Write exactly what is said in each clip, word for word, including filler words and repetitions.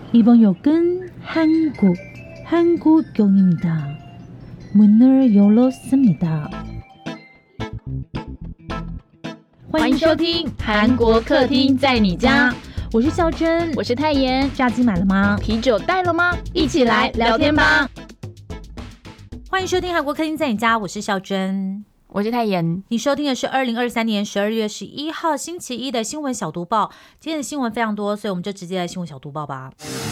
이번 역은 한국, 한국역입니다. 문을 열었습니다. 欢迎收听韩国客厅在你家， 我是孝珍， 我是泰妍。 炸鸡买了吗？ 啤酒带了吗？一起来聊天吧。 欢迎收听韩国客厅在你家，我是孝珍， 我是泰妍。 你收听的是二零二三年十二月十一号星期一的新闻小读报。今天的新闻非常多，所以我们就直接来新闻小读报吧。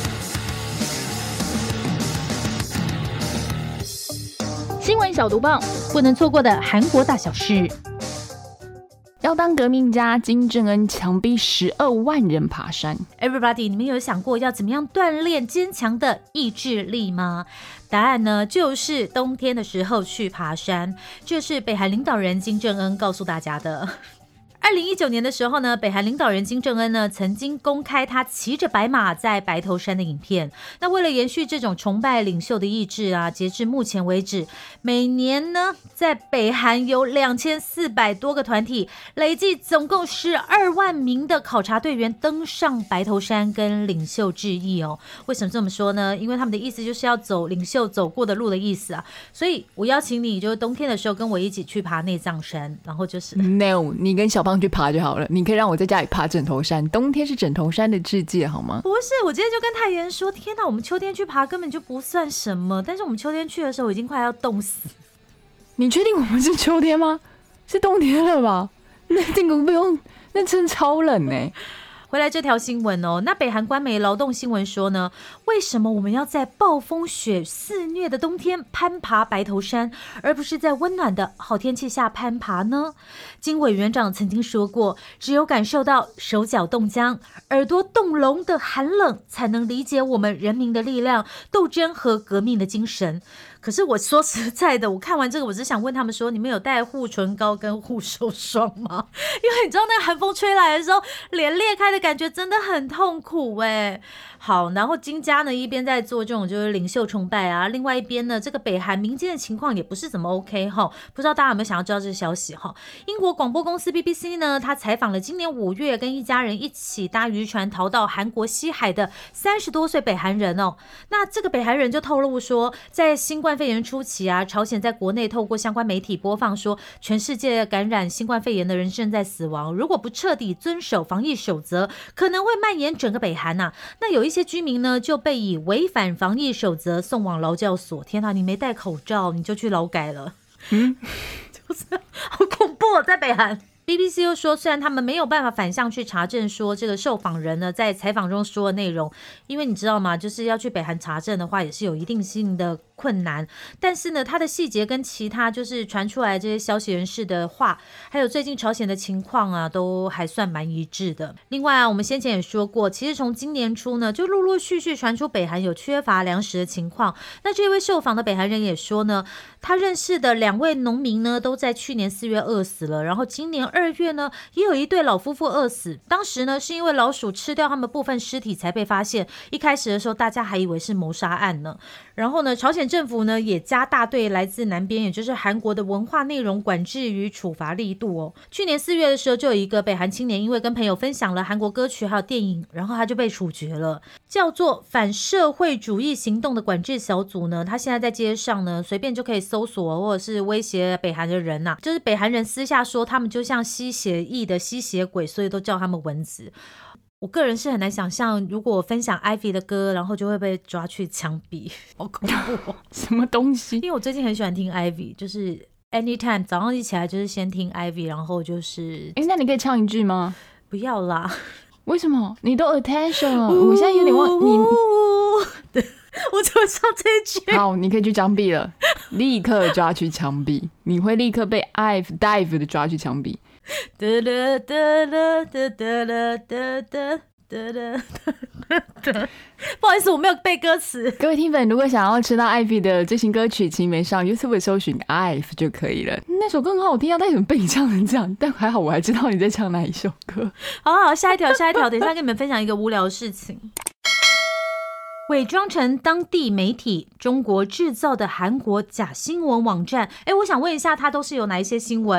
新闻小读报， 不能错过的韩国大小事。 要当革命家，金正恩强逼十二万人爬山。 Everybody， 你们有想过要怎么样锻炼坚强的意志力吗？答案呢，就是冬天的时候去爬山。这是北韩领导人金正恩告诉大家的。二零一九年的时候呢，北韩领导人金正恩呢曾经公开他骑着白马在白头山的影片。那为了延续这种崇拜领袖的意志啊，截至目前为止，每年呢在北韩有两千四百多个团体，累计总共十二万名的考察队员登上白头山跟领袖致意哦。为什么这么说呢？因为他们的意思就是要走领袖走过的路的意思啊。所以我邀请你，就是冬天的时候跟我一起去爬内藏山，然后就是 No， 你跟小胖去爬就好了，你可以让我在家里爬枕头山，冬天是枕头山的世界好吗？ 不是，我今天就跟泰妍说，天哪，我们秋天去爬根本就不算什么，但是我们秋天去的时候已经快要冻死。 你确定我们是秋天吗？是冬天了吧？那这个不用，那真的超冷欸。 回来这条新闻哦，那北韩官媒劳动新闻说呢，为什么我们要在暴风雪肆虐的冬天攀爬白头山，而不是在温暖的好天气下攀爬呢？金委员长曾经说过，只有感受到手脚冻僵、耳朵冻聋的寒冷，才能理解我们人民的力量、斗争和革命的精神。可是我说实在的，我看完这个，我只想问他们说，你们有带护唇膏跟护手霜吗？因为你知道那个寒风吹来的时候，脸裂开的感觉真的很痛苦哎。好，然后金家呢一边在做这种就是领袖崇拜啊，另外一边呢，这个北韩民间的情况也不是怎么 OK 哈。不知道大家有没有想要知道这个消息哈？英国广播公司 B B C 呢，他采访了今年五月跟一家人一起搭渔船逃到韩国西海的三十多岁北韩人哦。那这个北韩人就透露说，在新冠肺炎初期啊，朝鲜在国内透过相关媒体播放说，全世界感染新冠肺炎的人正在死亡，如果不彻底遵守防疫守则，可能会蔓延整个北韩啊。那有一些居民呢就被以违反防疫守则送往劳教所。天哪，你没戴口罩你就去劳改了，嗯，就是好恐怖哦，在北韩。B B C 又说，虽然他们没有办法反向去查证说这个受访人呢在采访中说的内容，因为你知道吗，就是要去北韩查证的话也是有一定性的困难，但是呢它的细节跟其他就是传出来这些消息人士的话，还有最近朝鲜的情况啊都还算蛮一致的。另外啊，我们先前也说过，其实从今年初呢就陆陆续续传出北韩有缺乏粮食的情况。那这位受访的北韩人也说呢，他认识的两位农民呢都在去年四月饿死了，然后今年二月呢也有一对老夫妇饿死，当时呢是因为老鼠吃掉他们部分尸体才被发现，一开始的时候大家还以为是谋杀案呢。然后呢朝鲜政府呢也加大对来自南边也就是韩国的文化内容管制与处罚力度哦。去年四月的时候就有一个北韩青年因为跟朋友分享了韩国歌曲还有电影，然后他就被处决了。叫做反社会主义行动的管制小组呢，他现在在街上呢随便就可以搜索或者是威胁北韩的人啊，就是北韩人私下说他们就像吸血异的吸血鬼，所以都叫他们蚊子。我个人是很难想象，如果我分享 Ivy 的歌，然后就会被抓去枪毙，好恐怖哦！ 什么东西？ 因为我最近很喜欢听 Ivy， 就是 anytime 早上一起来就是先听 Ivy， 然后就是， 哎，那你可以唱一句吗？ 不要啦， 为什么？你都 attention 了，我现在有点忘你。 我怎么唱这一句？ 好，你可以去枪毙了，立刻抓去枪毙，你会立刻被 Ive dive 的抓去枪毙。哒哒哒哒哒哒哒哒哒哒，不好意思，我没有背歌词。 各位听粉，如果想要吃到 Ivy 的最新歌曲，请你们上 YouTube 搜寻 Ive 就可以了。那首歌很好听啊，但怎么被你唱成这样？但还好我还知道你在唱哪一首歌。 好好，下一条，下一条，等一下跟你们分享一个无聊的事情。伪装成当地媒体中国制造的韩国假新闻网站，哎，我想问一下，它都是有哪一些新闻？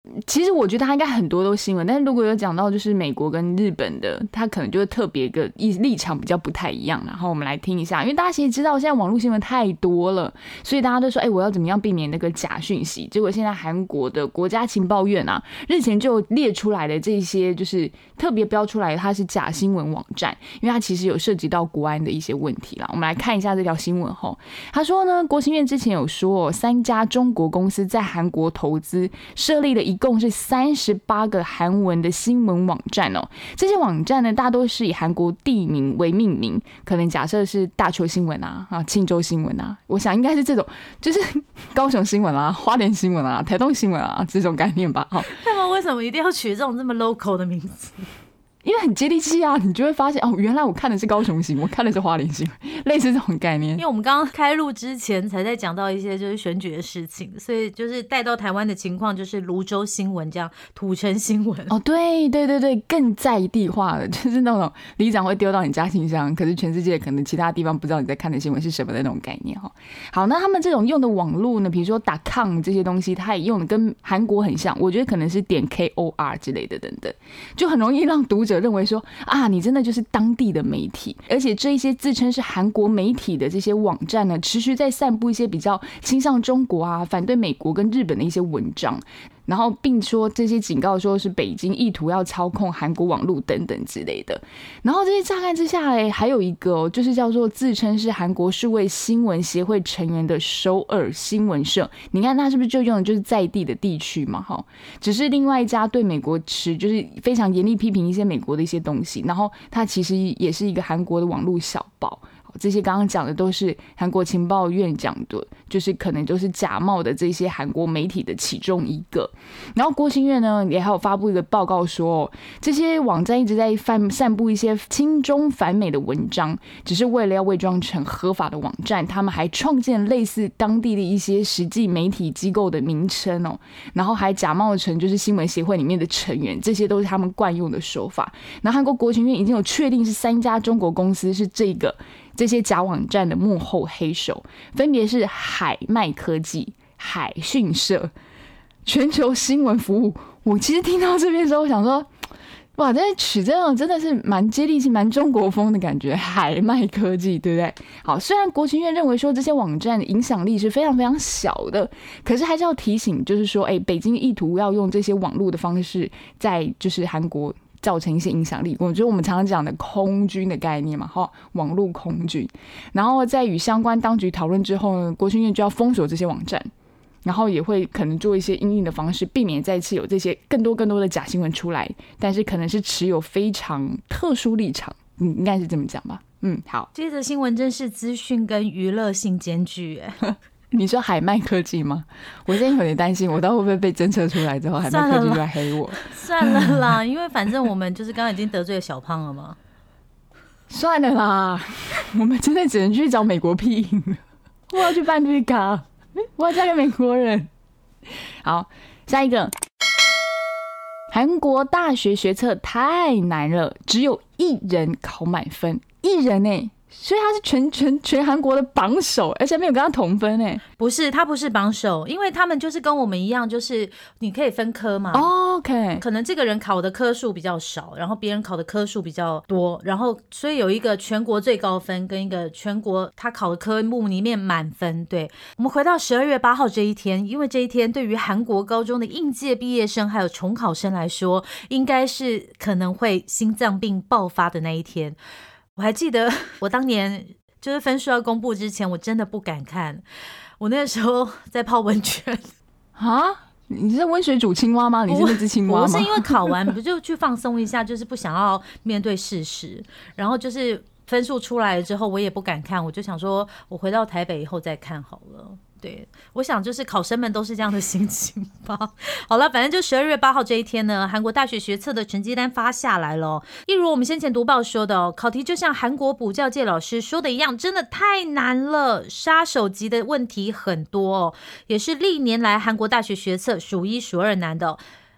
其实我觉得他应该很多都新闻，但是如果有讲到就是美国跟日本的，他可能就会特别个立场比较不太一样。然后我们来听一下，因为大家其实知道现在网络新闻太多了，所以大家都说，哎、欸，我要怎么样避免那个假讯息？结果现在韩国的国家情报院啊，日前就列出来的这些，就是特别标出来它是假新闻网站，因为它其实有涉及到国安的一些问题啦。我们来看一下这条新闻吼，他说呢，国情院之前有说，三家中国公司在韩国投资，设立了一共是三十八个韩文的新闻网站哦。这些网站呢，大多是以韩国地名为命名，可能假设是大邱新闻啊、啊庆州新闻啊，我想应该是这种，就是高雄新闻啊、花莲新闻啊、台东新闻啊这种概念吧。哈， 他们为什么一定要取这种这么 local 的名字？ 因为很接地气啊，你就会发现哦，原来我看的是高雄新闻，我看的是花莲新闻，类似这种概念。 因为我们刚刚开录之前才在讲到一些就是选举的事情，所以就是带到台湾的情况就是泸州新闻这样，土城新闻。 哦，对对对对，更在地化的，就是那种里长会丢到你家信箱，可是全世界可能其他地方不知道你在看的新闻是什么的那种概念哈。好，那他们这种用的网络呢，比如说打 com 这些东西，它也用的跟韩国很像，我觉得可能是点 kor 之类的等等，就很容易让读者认为说啊，你真的就是当地的媒体。而且这一些自称是韩国媒体的这些网站呢，持续在散布一些比较倾向中国啊、反对美国跟日本的一些文章，然后并说这些警告说是北京意图要操控韩国网络等等之类的。然后这些乍看之下嘞，还有一个、哦、就是叫做自称是韩国数位新闻协会成员的首尔新闻社，你看他是不是就用的就是在地的地区嘛？哈，只是另外一家对美国持就是非常严厉批评一些美国的一些东西，然后他其实也是一个韩国的网络小报。这些刚刚讲的都是韩国情报院讲的，就是可能就是假冒的这些韩国媒体的其中一个。然后国情院呢也还有发布一个报告说，这些网站一直在散布一些亲中反美的文章，只是为了要伪装成合法的网站，他们还创建类似当地的一些实际媒体机构的名称哦，然后还假冒成就是新闻协会里面的成员，这些都是他们惯用的手法。那韩国国情院已经有确定是三家中国公司是这个这些假网站的幕后黑手，分别是海麦科技、海讯社、全球新闻服务。我其实听到这边的时候，我想说，哇，这取这种真的是蛮接地气、蛮中国风的感觉。海麦科技，对不对？好，虽然国情院认为说这些网站的影响力是非常非常小的，可是还是要提醒，就是说，哎，北京意图要用这些网络的方式，在就是韩国造成一些影响力，我觉得我们常常讲的空军的概念嘛，哈，网络空军。然后在与相关当局讨论之后呢，国情院就要封锁这些网站，然后也会可能做一些因应的方式，避免再次有这些更多更多的假新闻出来，但是可能是持有非常特殊立场，嗯，应该是这么讲吧。嗯，好， 这则新闻真是资讯跟娱乐性兼具哎。 你说海麦科技吗？我现在有点担心，我到会不会被侦测出来之后，海麦科技就来黑我？ 算了啦，因为反正我们就是刚刚已经得罪了小胖了嘛。 算了啦，我们真的只能去找美国屁影了。我要去办绿卡，我要嫁给美国人。好，下一个，韩国大学学测太难了，只有一人考满分，一人哎、欸。所以他是全全全韩国的榜首，而且没有跟他同分哎。 不是，他不是榜首，因为他们就是跟我们一样，就是你可以分科嘛。 Oh, OK， 可能这个人考的科数比较少，然后别人考的科数比较多，然后所以有一个全国最高分跟一个全国他考的科目里面满分。对，我们回到十二月八号这一天，因为这一天对于韩国高中的应届毕业生还有重考生来说，应该是可能会心脏病爆发的那一天。我还记得我当年就是分数要公布之前，我真的不敢看。我那个时候在泡温泉啊！你是在温水煮青蛙吗？你是那只青蛙吗？ 我是因为考完不就去放松一下，就是不想要面对事实。然后就是分数出来了之后，我也不敢看，我就想说我回到台北以后再看好了。对，我想就是考生们都是这样的心情吧。好了，反正就十二月八号这一天呢，韩国大学学测的成绩单发下来了。一如我们先前读报说的、哦、考题就像韩国补教界老师说的一样，真的太难了，杀手级的问题很多、哦、也是历年来韩国大学学测数一数二难的、哦。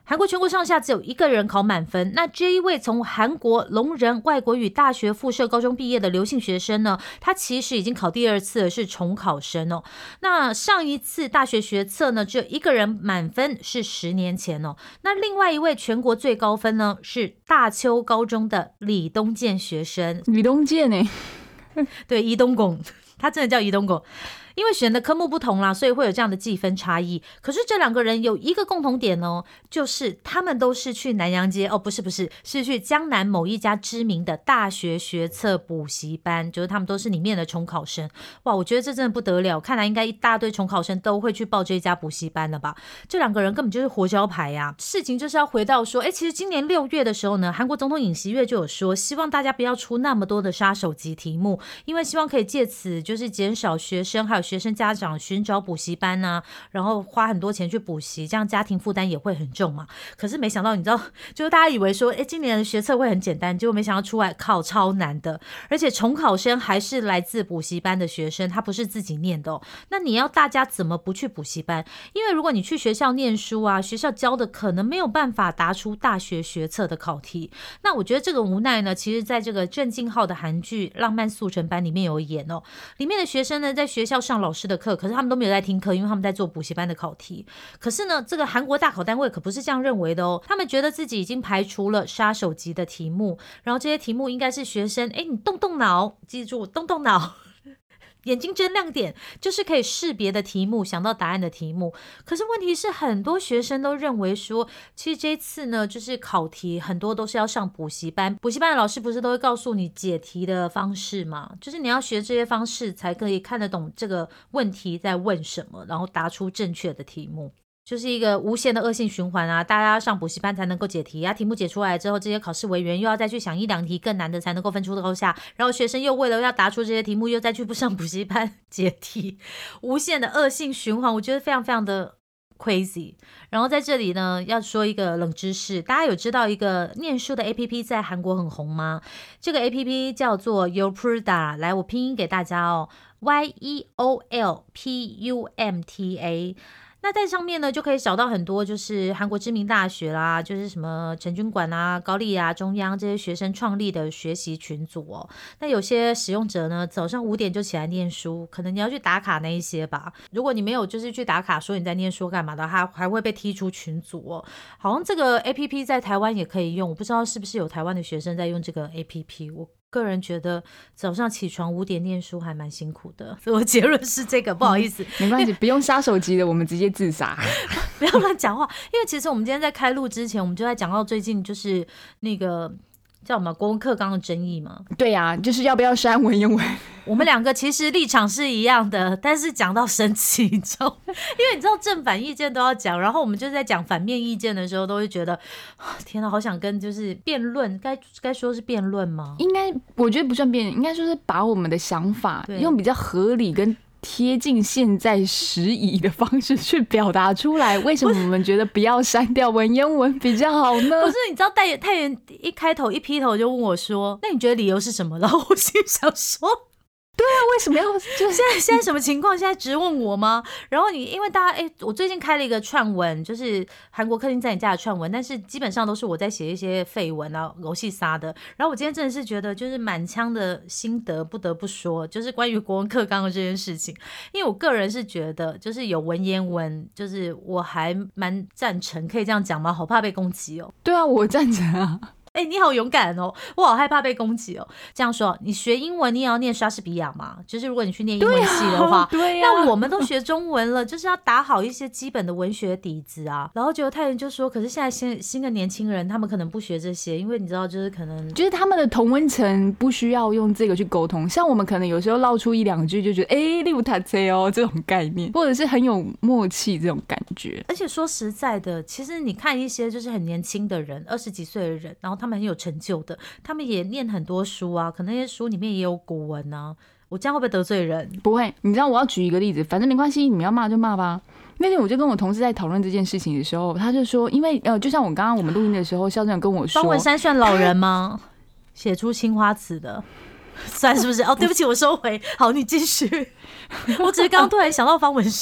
韩国全国上下只有一个人考满分，那这一位从韩国龙仁外国语大学附设高中毕业的刘姓学生呢，他其实已经考第二次了，是重考生哦。那上一次大学学测呢，只有一个人满分，是十年前哦。那另外一位全国最高分呢，是大邱高中的李东健学生。 李东健呢？ 对，伊东拱，他真的叫伊东拱。因为选的科目不同啦，所以会有这样的计分差异。可是这两个人有一个共同点哦，就是他们都是去南阳街哦，不是不是，是去江南某一家知名的大学学测补习班，就是他们都是里面的重考生。哇，我觉得这真的不得了，看来应该一大堆重考生都会去报这家补习班了吧？这两个人根本就是活招牌呀、啊！事情就是要回到说，哎，其实今年六月的时候呢，韩国总统尹锡悦就有说，希望大家不要出那么多的杀手级题目，因为希望可以借此就是减少学生还有学生家长寻找补习班啊，然后花很多钱去补习，这样家庭负担也会很重嘛。可是没想到，你知道，就是大家以为说，哎，今年的学测会很简单，结果没想到出来考超难的，而且重考生还是来自补习班的学生，他不是自己念的哦。那你要大家怎么不去补习班？因为如果你去学校念书啊，学校教的可能没有办法答出大学学测的考题。那我觉得这个无奈呢，其实在这个郑敬浩的韩剧《浪漫速成班》里面有演哦，里面的学生呢，在学校上老师的课，可是他们都没有在听课，因为他们在做补习班的考题。可是呢，这个韩国大考单位可不是这样认为的哦，他们觉得自己已经排除了杀手级的题目，然后这些题目应该是学生，哎，你动动脑，记住动动脑。眼睛睁亮点，就是可以识别的题目，想到答案的题目。可是问题是，很多学生都认为说，其实这一次呢，就是考题很多都是要上补习班，补习班的老师不是都会告诉你解题的方式吗？就是你要学这些方式，才可以看得懂这个问题在问什么，然后答出正确的题目。就是一个无限的恶性循环啊！大家要上补习班才能够解题啊，题目解出来之后，这些考试委员又要再去想一两题更难的才能够分出高下，然后学生又为了要答出这些题目，又再去不上补习班解题，无限的恶性循环，我觉得非常非常的 crazy。然后在这里呢，要说一个冷知识，大家有知道一个念书的 A P P 在韩国很红吗？这个 A P P 叫做 Yeolpulda， 来我拼音给大家哦 ，Y E O L P U M T A。那在上面呢，就可以找到很多就是韩国知名大学啦，就是什么成均馆啊、高丽啊、中央这些学生创立的学习群组哦。那有些使用者呢，早上五点就起来念书，可能你要去打卡那一些吧。如果你没有就是去打卡说你在念书干嘛的，他还会被踢出群组哦。好像这个 A P P 在台湾也可以用，我不知道是不是有台湾的学生在用这个 A P P。我个人觉得早上起床五点念书还蛮辛苦的，所以我结论是这个，不好意思， 嗯、没关系，不用杀手级的，我们直接自杀， 不要乱讲话。因为其实我们今天在开录之前，我们就在讲到最近就是那个叫什么国文课纲的争议嘛。 对啊，就是要不要删文言文。 我们两个其实立场是一样的，但是讲到生气，你知道，因为你知道正反意见都要讲，然后我们就在讲反面意见的时候，都会觉得，天哪，好想跟就是辩论，该该说是辩论吗？ 应该，我觉得不算辩论，应该说是把我们的想法用比较合理跟贴近现在时宜的方式去表达出来。为什么我们觉得不要删掉文言文比较好呢？ 不是，你知道太太原一开头一劈头就问我说，那你觉得理由是什么？然后我心想说， 对啊，为什么要就现在现在什么情况？现在质问我吗？然后你因为大家哎，我最近开了一个串文，就是韩国客厅在你家的串文，但是基本上都是我在写一些废文啊、狗戏撒的。然后我今天真的是觉得就是满腔的心得，不得不说，就是关于国文课纲的这件事情。因为我个人是觉得，就是有文言文，就是我还蛮赞成，可以这样讲吗？好怕被攻击哦。 对啊，我赞成啊。 哎、欸，你好勇敢哦！我好害怕被攻击哦。这样说，你学英文你也要念莎士比亚嘛？就是如果你去念英文系的话， 对啊， 那我们都学中文了，就是要打好一些基本的文学底子啊。然后结果太原就说，可是现在新新的年轻人，他们可能不学这些，因为你知道，就是可能就是他们的同温层不需要用这个去沟通。像我们可能有时候唠出一两句，就觉得哎，你有读这哦这种概念，或者是很有默契这种感觉。 而且说实在的，其实你看一些就是很年轻的人，二十几岁的人，然后他们很有成就的，他们也念很多书啊，可能那些书里面也有古文啊。我这样会不会得罪人？ 不会，你知道我要举一个例子，反正没关系，你们要骂就骂吧。那天我就跟我同事在讨论这件事情的时候，他就说，因为呃，就像我刚刚我们录音的时候，肖正有跟我说， 方文山算老人吗？写出青花瓷的，算是不是？哦，对不起，我收回。好，你继续。我只是刚刚突然想到方文山。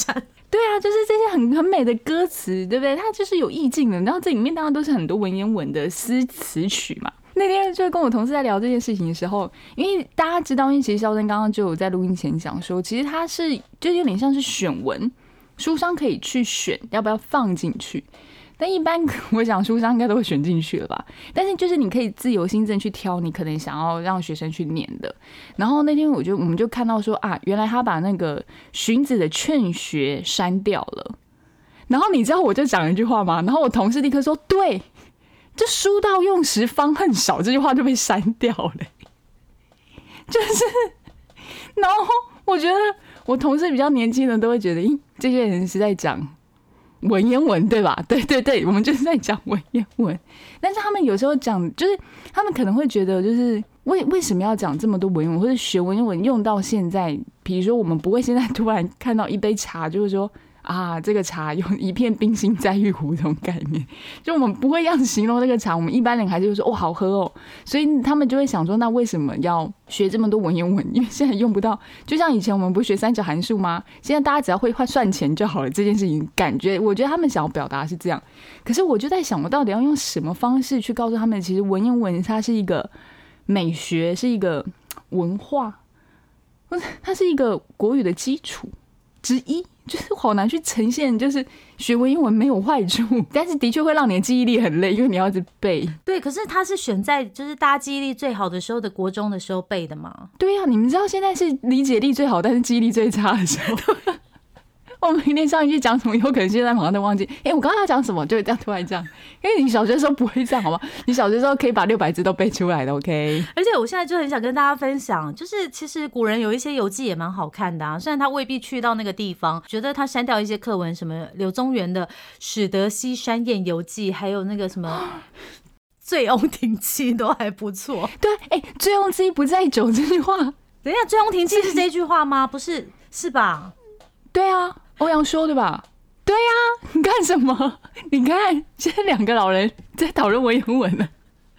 对啊，就是这些很很美的歌词，对不对？它就是有意境的，然后这里面当然都是很多文言文的诗词曲嘛。那天就跟我同事在聊这件事情的时候，因为大家知道，因为其实肖珍刚刚就有在录音前讲说，其实它是就有点像是选文，书商可以去选要不要放进去。但一般我想书商应该都会选进去了吧，但是就是你可以自由心证去挑你可能想要让学生去念的。然后那天我就我们就看到说啊，原来他把那个荀子的劝学删掉了。然后你知道我就讲了一句话吗？然后我同事立刻说对，这书到用时方恨少这句话就被删掉了。就是然后我觉得我同事比较年轻的都会觉得咦，这些人是在讲文言文对吧？对对对，我们就是在讲文言文。但是他们有时候讲，就是他们可能会觉得，就是为为什么要讲这么多文言文，或者学文言文用到现在？比如说，我们不会现在突然看到一杯茶，就是说啊，这个茶有一片冰心在玉壶这种概念，就我们不会这样形容这个茶。我们一般人还是会说哦，好喝哦。所以他们就会想说，那为什么要学这么多文言文？因为现在用不到。就像以前我们不学三角函数吗？现在大家只要会算钱就好了。这件事情感觉，我觉得他们想要表达的是这样。可是我就在想，我到底要用什么方式去告诉他们，其实文言文它是一个美学，是一个文化，它是一个国语的基础之一。就是好难去呈现，就是学文言文没有坏处，但是的确会让你的记忆力很累，因为你要一直背。 对，可是他是选在就是大家记忆力最好的时候的国中的时候背的嘛？ 对啊，你们知道现在是理解力最好，但是记忆力最差的时候。我们明天上一句讲什么，有可能现在马上都忘记。哎、欸，我刚刚要讲什么，就这样突然这样。因为你小学的时候不会这样，好吗？你小学的时候可以把六百字都背出来的 ，OK。 而且我现在就很想跟大家分享，就是其实古人有一些游记也蛮好看的啊，虽然他未必去到那个地方，觉得他删掉一些课文，什么柳宗元的《始得西山宴游记》，还有那个什么《醉翁亭记》都还不错。 对，哎、欸，醉翁之意不在酒这句话， 等一下，醉翁亭记是这句话吗？不是，是吧？ 对啊。欧阳说的吧？对啊，你干什么？你看，现在两个老人在讨论文言文了。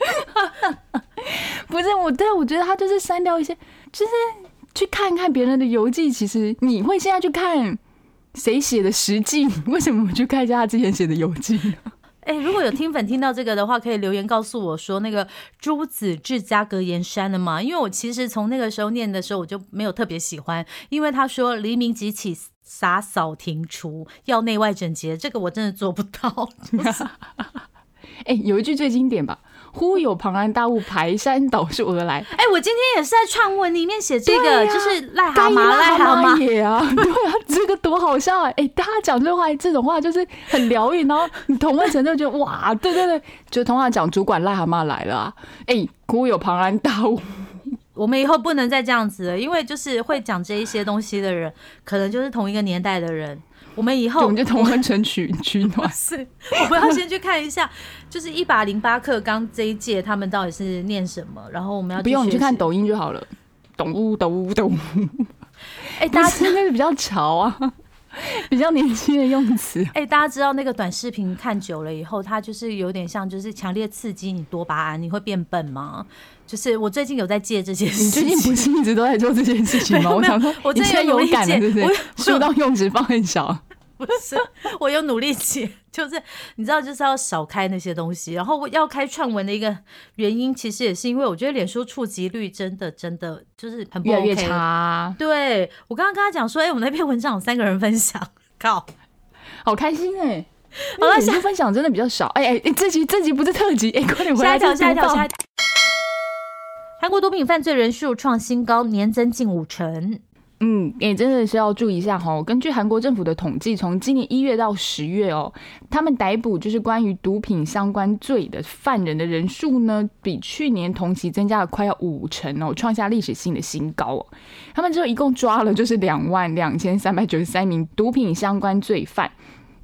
不是我，对，我觉得他就是删掉一些，就是去看看别人的游记。其实你会现在去看谁写的实记，为什么不去看一下他之前写的游记呢？ 哎、欸，如果有听粉听到这个的话，可以留言告诉我说那个朱子治家格言删了吗？因为我其实从那个时候念的时候，我就没有特别喜欢，因为他说黎明即起，洒扫庭除，要内外整洁，这个我真的做不到。 哎、欸，有一句最经典吧。忽有庞然大物排山倒树而来。 哎、欸，我今天也是在串文里面写这个，啊、就是癞蛤蟆， 癞蛤蟆也啊，对啊，这个多好笑啊！哎、欸，大家讲这话，这种话就是很疗愈，然后你同温层就觉得哇，对对对，就同话讲主管癞蛤蟆来了啊！哎、欸，忽有庞然大物。 我们以后不能再这样子了，因为就是会讲这一些东西的人，可能就是同一个年代的人。我们以后我们就同温层取取暖。 是，我们要先去看一下，就是一百零八课纲这一届他们到底是念什么，然后我们要不用你去看抖音就好了，抖呜抖呜抖呜。哎、欸，大家真的是比较潮啊，比较年轻的用词。 哎、欸，大家知道那个短视频看久了以后，它就是有点像，就是强烈刺激你多巴胺，你会变笨吗？就是我最近有在戒这件事情。 你最近不是一直都在做这件事情吗？我想说， 我你现在有感了，是不是？书到用纸方很少。 不是，我有努力戒，就是你知道，就是要少开那些东西。然后要开串文的一个原因，其实也是因为我觉得脸书触及率真的真的就是很不 OK， 越来越差、啊。 对，我刚刚跟他讲说，哎、欸，我们那篇文章有三个人分享，靠， 好开心哎、欸！ 好了， 脸书分享真的比较少。哎哎哎，这集这集不是特辑，哎、欸，快点回来。 下一条，下一条，下一条。韩国毒品犯罪人数创新高，年增近五成。 嗯，也、欸、真的是要注意一下哈。根据韩国政府的统计，从今年一月到十月哦，他们逮捕就是关于毒品相关罪的犯人的人数呢，比去年同期增加了快要五成哦，创下历史性的新高哦。他们之后一共抓了就是两万两千三百九十三名毒品相关罪犯。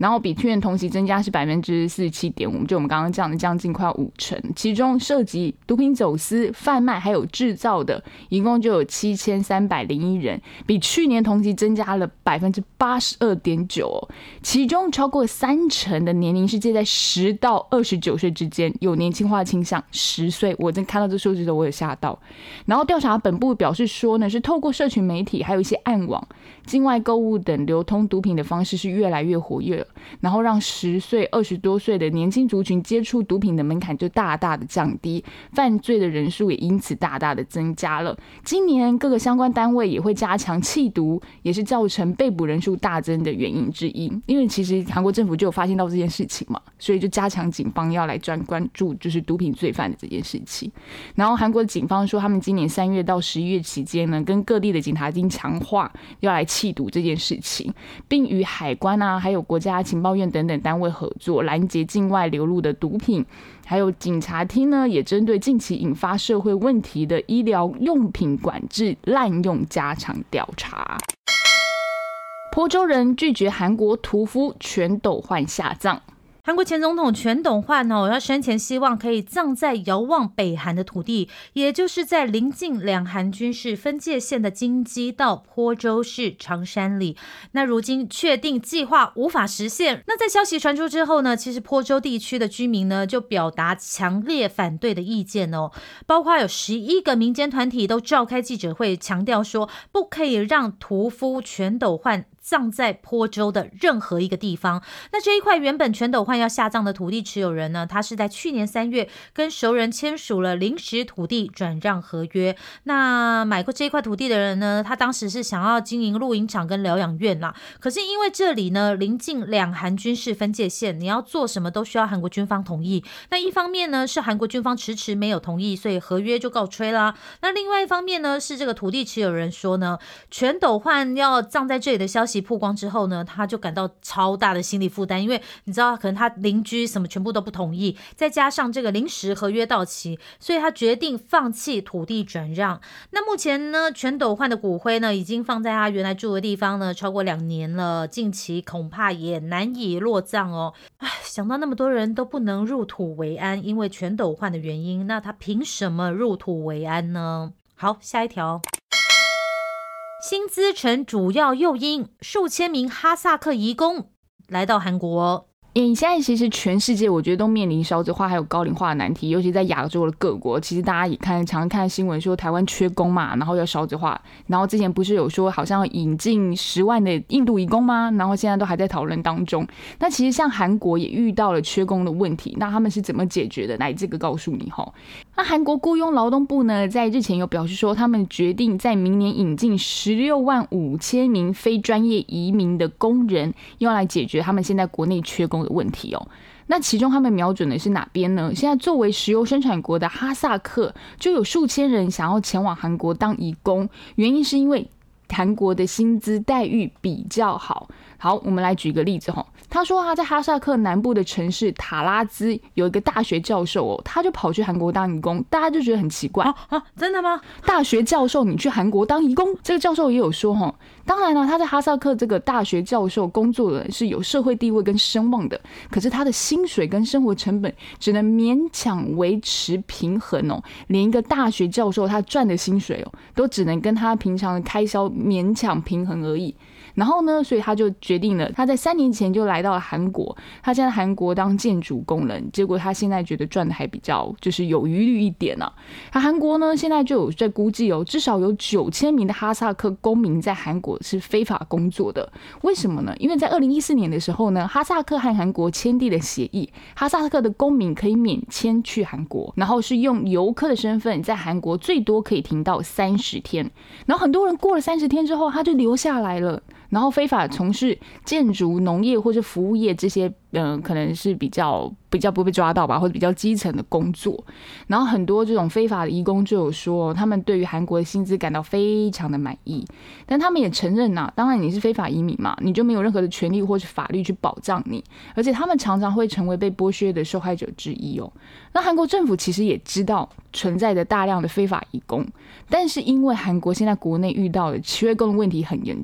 然后比去年同期增加是百分之四十七点五，就我们刚刚讲的将近快五成。其中涉及毒品走私、贩卖还有制造的，一共就有七千三百零一人，比去年同期增加了百分之八十二点九。其中超过三成的年龄是介在十到二十九岁之间，有年轻化倾向。十岁，我真看到这数字的时候我也吓到。然后调查本部表示说呢，是透过社群媒体还有一些暗网、境外购物等流通毒品的方式是越来越活跃了，然后让十岁、二十多岁的年轻族群接触毒品的门槛就大大的降低，犯罪的人数也因此大大的增加了。今年各个相关单位也会加强缉毒，也是造成被捕人数大增的原因之一。因为其实韩国政府就有发现到这件事情嘛，所以就加强警方要来专关注就是毒品罪犯的这件事情。然后韩国的警方说，他们今年三月到十一月期间呢，跟各地的警察厅强化要来缉毒这件事情，并与海关啊，还有国家情报院等等单位合作，拦截境外流入的毒品。还有警察厅呢，也针对近期引发社会问题的医疗用品管制滥用加强调查。坡州人拒绝韩国屠夫全斗焕下葬。 韩国前总统全斗焕哦，他生前希望可以葬在遥望北韩的土地，也就是在临近两韩军事分界线的京畿道坡州市长山里。那如今确定计划无法实现。那在消息传出之后呢，其实坡州地区的居民呢就表达强烈反对的意见哦，包括有十一个民间团体都召开记者会，强调说不可以让屠夫全斗焕葬在坡州的任何一个地方。那这一块原本全斗焕要下葬的土地持有人呢，他是在去年三月跟熟人签署了临时土地转让合约。那买过这一块土地的人呢，他当时是想要经营露营场跟疗养院啦，可是因为这里呢临近两韩军事分界线，你要做什么都需要韩国军方同意。那一方面呢是韩国军方迟迟没有同意，所以合约就告吹啦。那另外一方面呢是这个土地持有人说呢，全斗焕要葬在这里的消息曝光之后呢，他就感到超大的心理负担，因为你知道可能他邻居什么全部都不同意，再加上这个临时合约到期，所以他决定放弃土地转让。那目前呢，全斗焕的骨灰呢已经放在他原来住的地方呢超过两年了，近期恐怕也难以落葬哦。唉，想到那么多人都不能入土为安，因为全斗焕的原因，那他凭什么入土为安呢？好，下一条。薪资成主要诱因，数千名哈萨克移工来到韩国。 现在其实全世界我觉得都面临少子化还有高龄化的难题，尤其在亚洲的各国，其实大家也看常看新闻说台湾缺工嘛，然后要少子化，然后之前不是有说好像要引进十万的印度移工吗？然后现在都还在讨论当中。那其实像韩国也遇到了缺工的问题，那他们是怎么解决的？来，这个告诉你齁。那韩国雇佣劳动部呢，在日前有表示说，他们决定在明年引进十六万五千名非专业移民的工人，用来解决他们现在国内缺工的问题哦。那其中他们瞄准的是哪边呢？现在作为石油生产国的哈萨克，就有数千人想要前往韩国当移工，原因是因为韩国的薪资待遇比较好。好，我们来举个例子齁。他说他在哈萨克南部的城市塔拉兹有一个大学教授哦，他就跑去韩国当移工，大家就觉得很奇怪啊啊，真的吗？ 大学教授你去韩国当移工？这个教授也有说齁，当然了，他在哈萨克这个大学教授工作的是有社会地位跟声望的，可是他的薪水跟生活成本只能勉强维持平衡哦，连一个大学教授他赚的薪水哦，都只能跟他平常的开销勉强平衡而已。然后呢，所以他就决定了，他在三年前就来到了韩国，他现在韩国当建筑工人，结果他现在觉得赚的还比较就是有余裕一点啊。他韩国呢现在就有在估计哦，至少有九千名的哈萨克公民在韩国是非法工作的。为什么呢？因为在二零一四年的时候呢，哈萨克和韩国签订了协议，哈萨克的公民可以免签去韩国，然后是用游客的身份在韩国最多可以停到三十天，然后很多人过了三十天之后他就留下来了，然后非法从事建筑、农业或者服务业这些，嗯、呃，可能是比较比较不被抓到吧，或者比较基层的工作。然后很多这种非法的移工就有说，他们对于韩国的薪资感到非常的满意，但他们也承认呐、啊，当然你是非法移民嘛，你就没有任何的权利或是法律去保障你，而且他们常常会成为被剥削的受害者之一哦。那韩国政府其实也知道存在着大量的非法移工，但是因为韩国现在国内遇到的缺工的问题很严重。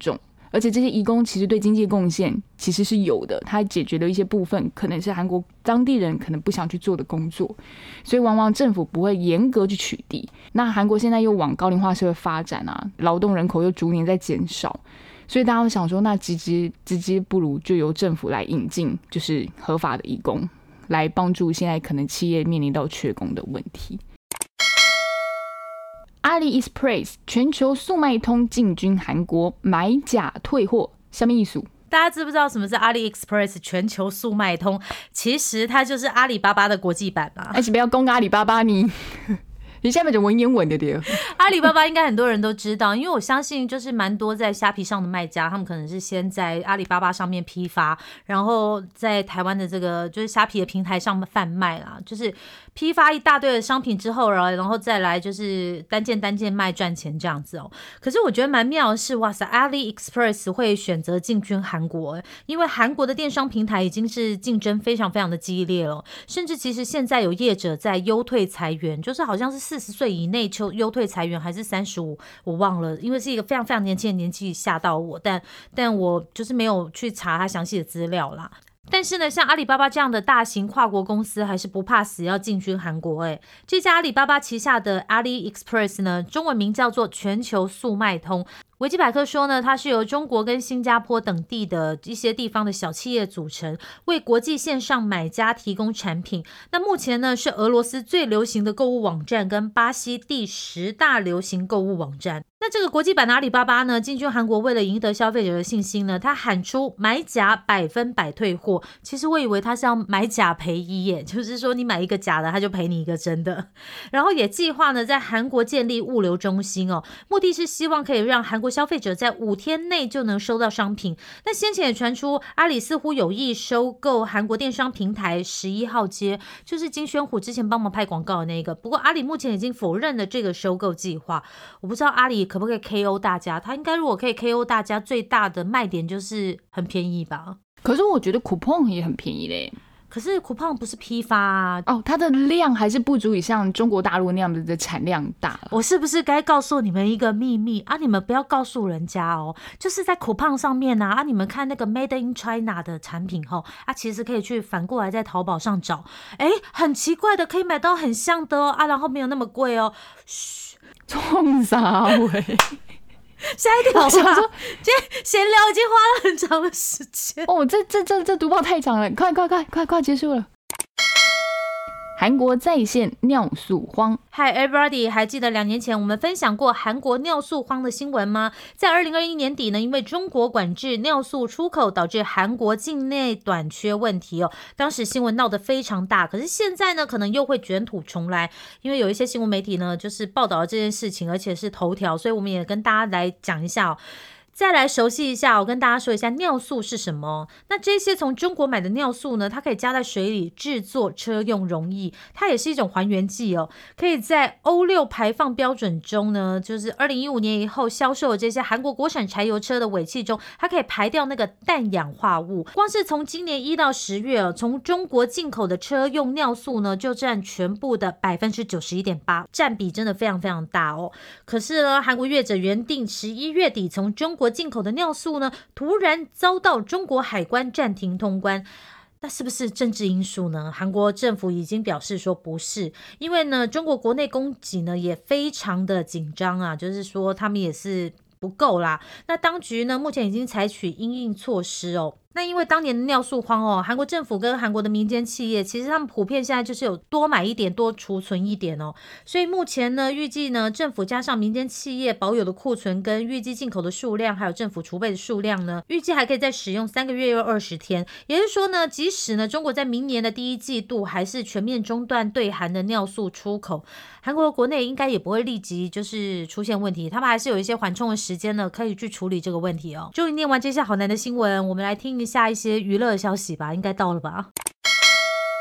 而且这些移工其实对经济贡献其实是有的，它解决了一些部分可能是韩国当地人可能不想去做的工作，所以往往政府不会严格去取缔。那韩国现在又往高龄化社会发展啊，劳动人口又逐年在减少，所以大家会想说，那直接直接不如就由政府来引进就是合法的移工，来帮助现在可能企业面临到缺工的问题。AliExpress 全球速卖通进军韩国，买假退货，什么意思？ 大家知不知道什么是 AliExpress 全球速卖通？其实它就是阿里巴巴的国际版嘛。 而且不要攻阿里巴巴你。你下面就文言文的对。 阿里巴巴应该很多人都知道，因为我相信就是蛮多在虾皮上的卖家，他们可能是先在阿里巴巴上面批发，然后在台湾的这个就是虾皮的平台上贩卖啦，就是批发一大堆的商品之后，然后再来就是单件单件卖赚钱这样子哦。可是我觉得蛮妙的是，哇塞 ，AliExpress 会选择进军韩国，因为韩国的电商平台已经是竞争非常非常的激烈了，甚至其实现在有业者在优退裁员，就是好像是四十岁以内就优退裁员，还是三十五，我忘了，因为是一个非常非常年轻的年纪吓到我，但但我就是没有去查他详细的资料啦。但是呢，像阿里巴巴这样的大型跨国公司还是不怕死要进军韩国哎。这家阿里巴巴旗下的 AliExpress 呢，中文名叫做全球速卖通。维基百科说呢，它是由中国跟新加坡等地的一些地方的小企业组成，为国际线上买家提供产品。那目前呢，是俄罗斯最流行的购物网站，跟巴西第十大流行购物网站。那这个国际版的阿里巴巴呢，进军韩国为了赢得消费者的信心呢，他喊出买假百分百退货。其实我以为他是要买假赔一耶，就是说你买一个假的，他就赔你一个真的。然后也计划呢，在韩国建立物流中心哦，目的是希望可以让韩国消费者在五天内就能收到商品。那先前也传出阿里似乎有意收购韩国电商平台十一号街，就是金宣虎之前帮忙拍广告的那个。不过阿里目前已经否认了这个收购计划。我不知道阿里可不可以 K O 大家，他应该如果可以 K O 大家，最大的卖点就是很便宜吧。 可是我觉得 coupon 也很便宜嘞。 可是 coupon 不是批发啊， 哦，它的量还是不足以像中国大陆那样子的产量大了。 我是不是该告诉你们一个秘密啊？你们不要告诉人家哦，就是在 coupon 上面啊，啊你们看那个 Made in China 的产品吼，啊其实可以去反过来在淘宝上找，哎，很奇怪的，可以买到很像的哦，啊然后没有那么贵哦，嘘， 冲啥喂？ 下一条吧，今天闲聊已经花了很长的时间哦，这这这这读报太长了，快快快快快结束了。韩国再现尿素荒。 Hi everybody， 还记得两年前我们分享过韩国尿素荒的新闻吗？在二零二一年底呢，因为中国管制尿素出口，导致韩国境内短缺问题哦。当时新闻闹得非常大，可是现在呢，可能又会卷土重来，因为有一些新闻媒体呢，就是报道了这件事情，而且是头条，所以我们也跟大家来讲一下哦。再来熟悉一下，我跟大家说一下尿素是什么。那这些从中国买的尿素呢，它可以加在水里制作车用溶液，它也是一种还原剂哦，可以在欧六排放标准中呢，就是二零一五年以后销售的这些韩国国产柴油车的尾气中，它可以排掉那个氮氧化物。光是从今年一到十月哦，从中国进口的车用尿素呢，就占全部的百分之九十一点八，占比真的非常非常大哦。可是呢，韩国业者原定十一月底从中国进口的尿素呢，突然遭到中国海关暂停通关。那是不是政治因素呢？韩国政府已经表示说不是，因为呢，中国国内供给呢也非常的紧张啊，就是说他们也是不够啦。那当局呢，目前已经采取因应措施哦。那因为当年的尿素荒哦，韩国政府跟韩国的民间企业，其实他们普遍现在就是有多买一点，多储存一点哦。所以目前呢，预计呢，政府加上民间企业保有的库存跟预计进口的数量，还有政府储备的数量呢，预计还可以再使用三个月又二十天。也就是说呢，即使呢，中国在明年的第一季度还是全面中断对韩的尿素出口，韩国国内应该也不会立即就是出现问题，他们还是有一些缓冲的时间呢，可以去处理这个问题哦。终于念完这些好难的新闻，我们来听一下一些娱乐的消息吧，应该到了吧。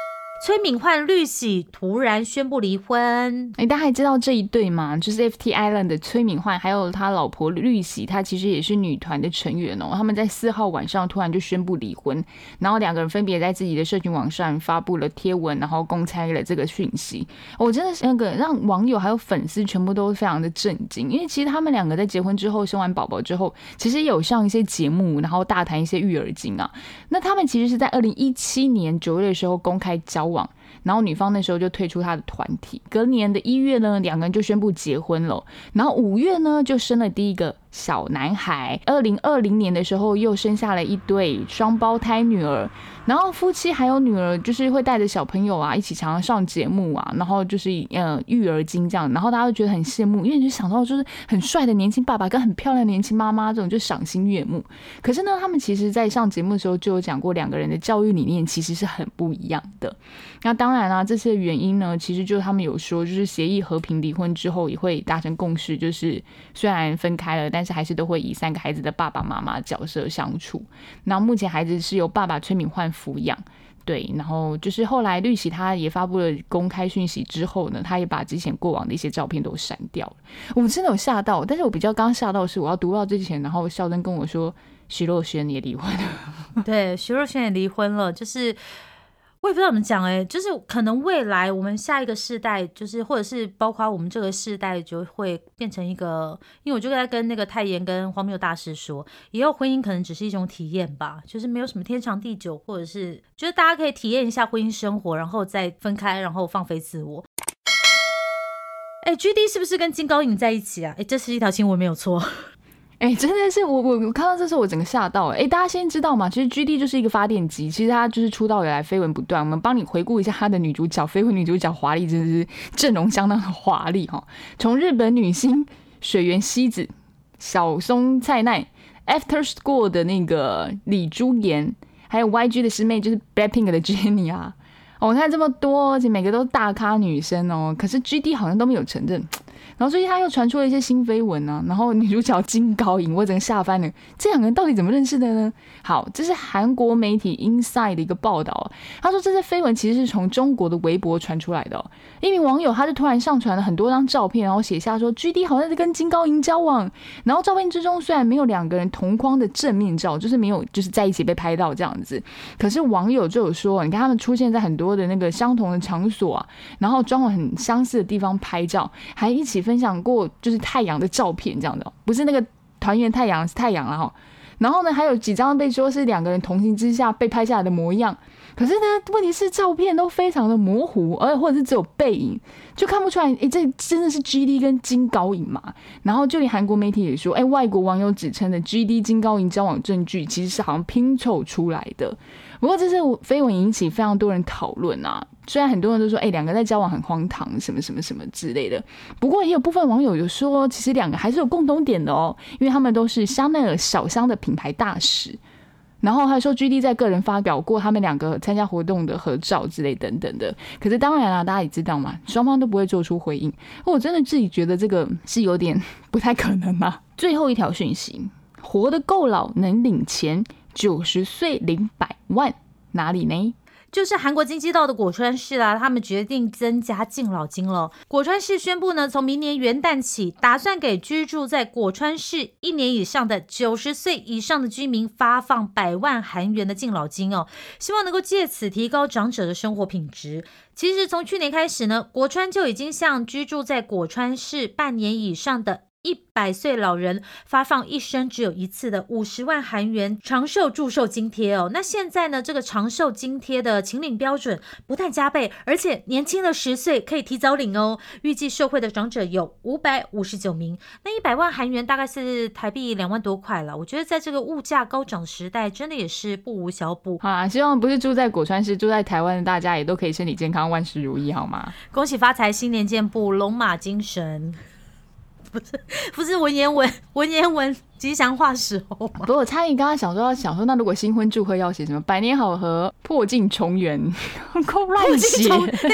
崔敏焕、绿喜突然宣布离婚。 哎，大家还知道这一对吗？就是 F T Island 的崔敏焕还有他老婆绿喜，她其实也是女团的成员哦。他们在四号晚上突然就宣布离婚，然后两个人分别在自己的社群网上发布了贴文，然后公开了这个讯息。我、哦、真的是那个让网友还有粉丝全部都非常的震惊，因为其实他们两个在结婚之后生完宝宝之后，其实也有上一些节目，然后大谈一些育儿经啊。那他们其实是在二零一七年九月的时候公开交往，然后女方那时候就退出她的团体。隔年的一月呢，两个人就宣布结婚了。然后五月呢，就生了第一个小男孩。二零二零年的时候，又生下了一对双胞胎女儿。然后夫妻还有女儿，就是会带着小朋友啊，一起常常上节目啊，然后就是呃育儿经这样。然后大家都觉得很羡慕，因为你就想到就是很帅的年轻爸爸跟很漂亮的年轻妈妈，这种就赏心悦目。可是呢，他们其实在上节目的时候就有讲过，两个人的教育理念其实是很不一样的。那当然啦、啊，这些原因呢，其实就是他们有说，就是协议和平离婚之后也会达成共识，就是虽然分开了，但是还是都会以三个孩子的爸爸妈妈角色相处。那目前孩子是由爸爸崔敏焕抚养。对，然后就是后来绿喜他也发布了公开讯息之后呢，他也把之前过往的一些照片都删掉了。我们真的有吓到，但是我比较刚刚吓到的是，我要读到之前，然后孝珍跟我说徐若瑄也离婚了。 对，徐若瑄也离婚了，就是我也不知道怎么讲哎、欸，就是可能未来我们下一个世代，就是或者是包括我们这个世代，就会变成一个，因为我就在跟那个泰妍跟荒谬大师说，以后婚姻可能只是一种体验吧，就是没有什么天长地久，或者是就是大家可以体验一下婚姻生活，然后再分开，然后放飞自我。哎 ，G D 是不是跟金高银在一起啊？哎，这是一条新闻没有错。 哎、欸，真的是我我我看到这时候我整个吓到哎、欸！大家先知道嘛，其实 G D 就是一个发电机，其实他就是出道以来绯闻不断。我们帮你回顾一下他的女主角，绯闻女主角华丽真的是阵容相当的华丽哈。从日本女星水原希子、小松菜奈、After School 的那个李珠妍，还有 Y G 的师妹就是 Blackpink 的 Jennie 啊。哦，我看这么多，而且每个都大咖女生哦，可是 G D 好像都没有承认。然后最近他又传出了一些新绯闻啊，然后女主角金高银，我整个吓翻了，这两个人到底怎么认识的呢？好，这是韩国媒体 Inside 的一个报道，他说这些绯闻其实是从中国的微博传出来的、哦。一名网友他就突然上传了很多张照片，然后写下说 G D 好像在跟金高银交往，然后照片之中虽然没有两个人同框的正面照，就是没有就是在一起被拍到这样子，可是网友就有说，你看他们出现在很多的那个相同的场所啊，然后装了很相似的地方拍照，还一起分享过就是太阳的照片这样的、哦，不是那个团圆太阳是太阳啦哈。然后呢，还有几张被说是两个人同行之下被拍下来的模样，可是呢，问题是照片都非常的模糊，而且或者是只有背影，就看不出来，哎，这真的是 G D 跟金高银嘛？然后就连韩国媒体也说，哎，外国网友指称的 G D 金高银交往证据其实是好像拼凑出来的。不过这是绯闻引起非常多人讨论啊，虽然很多人都说，哎，两个在交往很荒唐，什么什么什么之类的。不过也有部分网友有说，其实两个还是有共同点的哦，因为他们都是香奈儿小香的品牌大使。然后还说 G D 在个人发表过他们两个参加活动的合照之类等等的。可是当然啦，大家也知道嘛，双方都不会做出回应。我真的自己觉得这个是有点不太可能啊。最后一条讯息，活得够老能领钱，九十岁领百万，哪里呢？ 就是韩国京畿道的果川市啦、啊，他们决定增加敬老金了。果川市宣布呢，从明年元旦起，打算给居住在果川市一年以上的九十岁以上的居民发放百万韩元的敬老金哦，希望能够借此提高长者的生活品质。其实从去年开始呢，果川就已经向居住在果川市半年以上的一百岁老人发放一生只有一次的五十万韩元长寿祝寿津贴哦。那现在呢，这个长寿津贴的请领标准不但加倍，而且年轻的十岁可以提早领哦。预计受惠的长者有五百五十九名，那一百万韩元大概是台币两万多块了。我觉得在这个物价高涨时代，真的也是不无小补啊！希望不是住在果川市，住在台湾的大家也都可以身体健康，万事如意，好吗？ 恭喜发财，新年进步，龙马精神。不是不是文言文文言文吉祥话时候吗？ 不过我差点刚刚想说想说，那如果新婚祝贺要写什么？百年好合，破镜重圆，够乱写。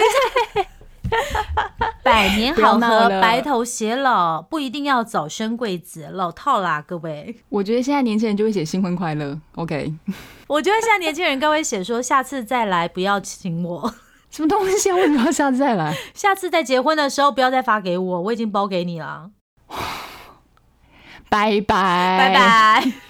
百年好合，白头偕老，不一定要早生贵子，老套啦，各位。 我觉得现在年轻人就会写新婚快乐 ，OK。 我觉得现在年轻人应该会写说，下次再来不要请我。 什么东西啊？为什么要下次再来？ 下次在结婚的时候不要再发给我，我已经包给你了。 拜拜， 拜拜。